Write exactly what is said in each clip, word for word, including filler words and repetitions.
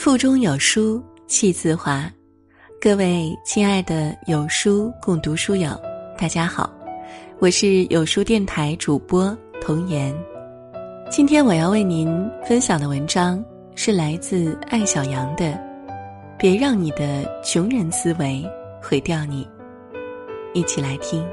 腹中有书气自华。各位亲爱的有书共读书友，大家好，我是有书电台主播童言。今天我要为您分享的文章是来自艾小羊的《别让你的穷人思维毁掉你》，一起来听。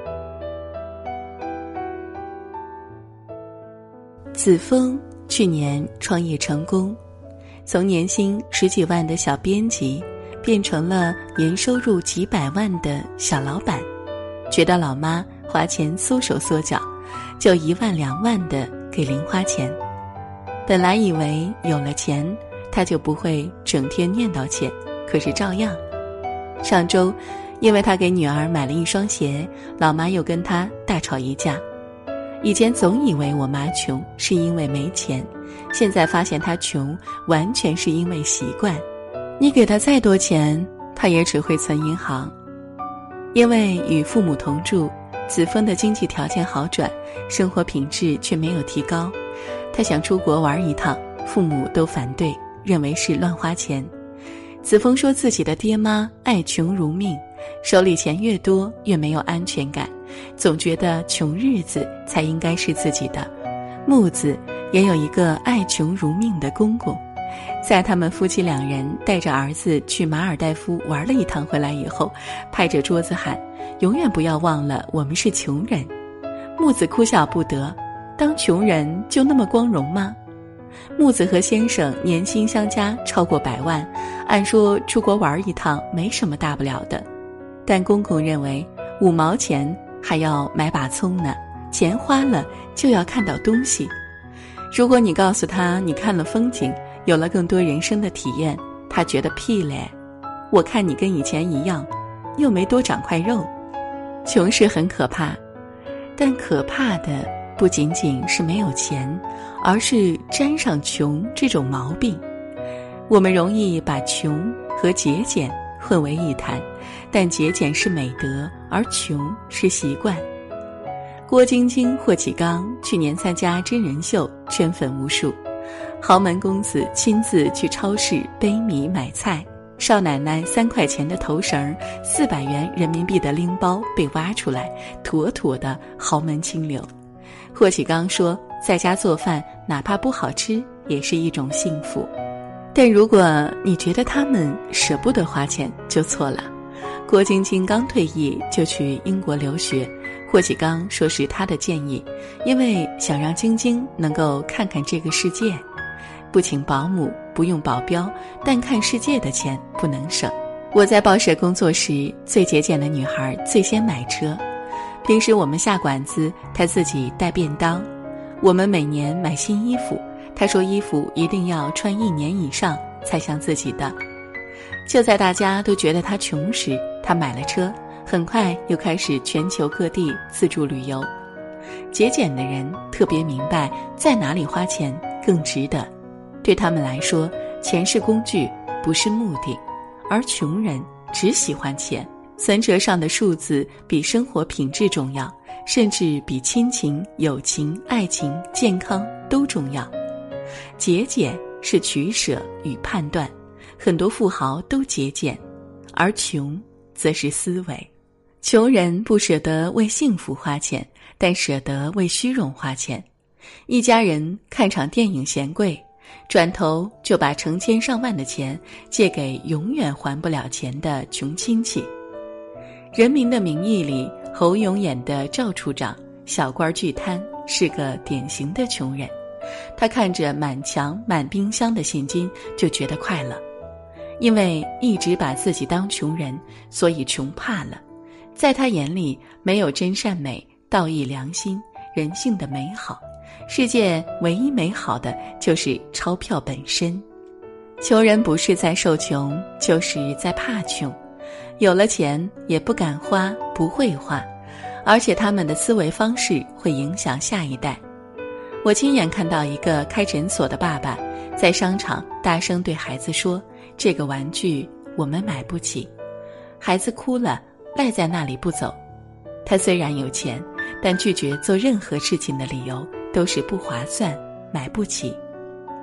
子枫去年创业成功，从年薪十几万的小编辑变成了年收入几百万的小老板，觉得老妈花钱缩手缩脚，就一万两万的给零花钱。本来以为有了钱他就不会整天念叨钱，可是照样。上周因为他给女儿买了一双鞋，老妈又跟他大吵一架。以前总以为我妈穷是因为没钱，现在发现她穷完全是因为习惯。你给她再多钱，她也只会存银行。因为与父母同住，子枫的经济条件好转，生活品质却没有提高。她想出国玩一趟，父母都反对，认为是乱花钱。子枫说自己的爹妈爱穷如命，手里钱越多越没有安全感，总觉得穷日子才应该是自己的。木子也有一个爱穷如命的公公，在他们夫妻两人带着儿子去马尔代夫玩了一趟回来以后，拍着桌子喊，永远不要忘了我们是穷人。木子哭笑不得，当穷人就那么光荣吗？木子和先生年薪相加超过百万，按说出国玩一趟没什么大不了的，但公公认为五毛钱还要买把葱呢，钱花了就要看到东西。如果你告诉他你看了风景，有了更多人生的体验，他觉得屁嘞，我看你跟以前一样，又没多长块肉。穷是很可怕，但可怕的不仅仅是没有钱，而是沾上穷这种毛病。我们容易把穷和节俭混为一谈，但节俭是美德，而穷是习惯。郭晶晶、霍启刚去年参加真人秀，圈粉无数。豪门公子亲自去超市背米买菜，少奶奶三块钱的头绳，四百元人民币的拎包被挖出来，妥妥的豪门清流。霍启刚说，在家做饭哪怕不好吃也是一种幸福。但如果你觉得他们舍不得花钱就错了。郭晶晶刚退役就去英国留学，霍启刚说是他的建议，因为想让晶晶能够看看这个世界。不请保姆，不用保镖，但看世界的钱不能省。我在报社工作时，最节俭的女孩最先买车。平时我们下馆子，她自己带便当。我们每年买新衣服，她说衣服一定要穿一年以上才像自己的。就在大家都觉得她穷时，她买了车，很快又开始全球各地自助旅游。节俭的人特别明白在哪里花钱更值得。对他们来说，钱是工具，不是目的，而穷人只喜欢钱。存折上的数字比生活品质重要，甚至比亲情、友情、爱情、健康都重要。节俭是取舍与判断，很多富豪都节俭，而穷则是思维。穷人不舍得为幸福花钱，但舍得为虚荣花钱。一家人看场电影嫌贵，转头就把成千上万的钱借给永远还不了钱的穷亲戚。人民的名义里，侯勇演的赵处长小官巨贪，是个典型的穷人。他看着满墙满冰箱的现金就觉得快乐，因为一直把自己当穷人，所以穷怕了。在他眼里，没有真善美、道义良心、人性的美好，世界唯一美好的就是钞票本身。穷人不是在受穷，就是在怕穷。有了钱也不敢花，不会花，而且他们的思维方式会影响下一代。我亲眼看到一个开诊所的爸爸在商场大声对孩子说，这个玩具我们买不起。孩子哭了，赖在那里不走。他虽然有钱，但拒绝做任何事情的理由都是不划算，买不起。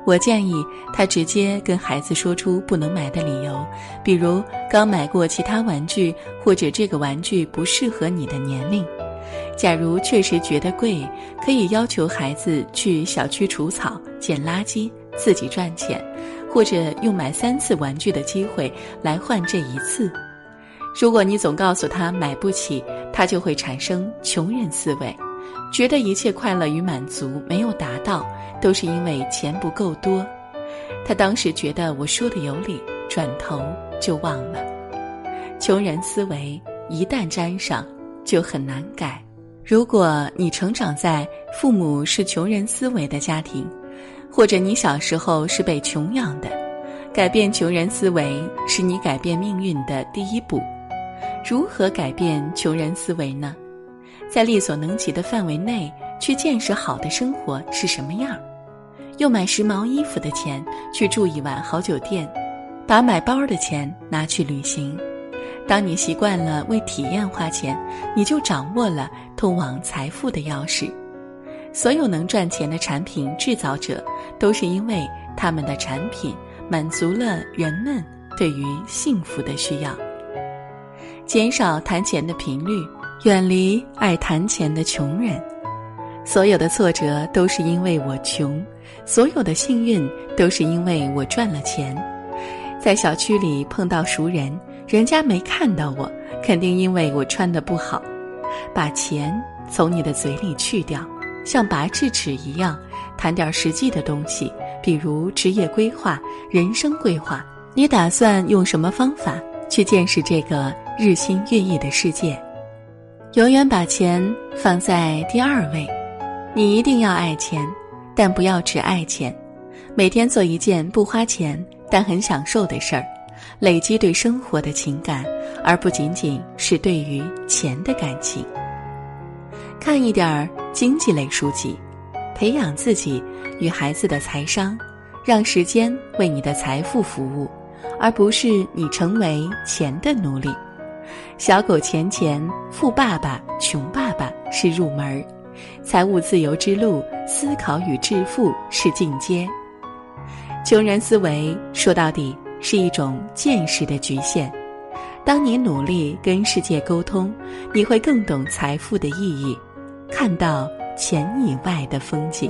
我建议他直接跟孩子说出不能买的理由，比如刚买过其他玩具，或者这个玩具不适合你的年龄。假如确实觉得贵，可以要求孩子去小区除草、捡垃圾，自己赚钱，或者用买三次玩具的机会来换这一次。如果你总告诉他买不起，他就会产生穷人思维，觉得一切快乐与满足没有达到，都是因为钱不够多。他当时觉得我说的有理，转头就忘了。穷人思维一旦沾上，就很难改。如果你成长在父母是穷人思维的家庭，或者你小时候是被穷养的，改变穷人思维是你改变命运的第一步。如何改变穷人思维呢？在力所能及的范围内去见识好的生活是什么样，用买时髦衣服的钱去住一晚好酒店，把买包的钱拿去旅行。当你习惯了为体验花钱，你就掌握了通往财富的钥匙。所有能赚钱的产品制造者，都是因为他们的产品满足了人们对于幸福的需要。减少谈钱的频率，远离爱谈钱的穷人。所有的挫折都是因为我穷，所有的幸运都是因为我赚了钱。在小区里碰到熟人，人家没看到我，肯定因为我穿得不好。把钱从你的嘴里去掉，像拔智齿一样，谈点实际的东西，比如职业规划、人生规划。你打算用什么方法去见识这个日新月异的世界？永远把钱放在第二位。你一定要爱钱，但不要只爱钱。每天做一件不花钱但很享受的事儿，累积对生活的情感，而不仅仅是对于钱的感情。看一点儿经济类书籍，培养自己与孩子的财商，让时间为你的财富服务，而不是你成为钱的奴隶。小狗钱钱，富爸爸穷爸爸是入门，财务自由之路，思考与致富是进阶。穷人思维说到底是一种见识的局限。当你努力跟世界沟通，你会更懂财富的意义，看到钱以外的风景。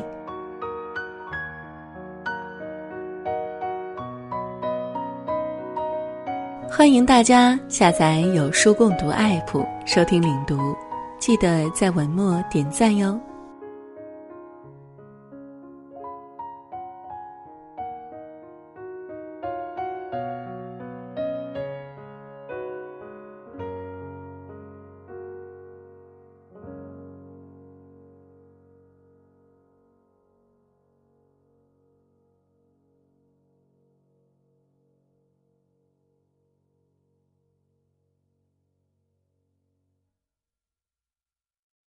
欢迎大家下载有书共读 A P P 收听领读，记得在文末点赞哟。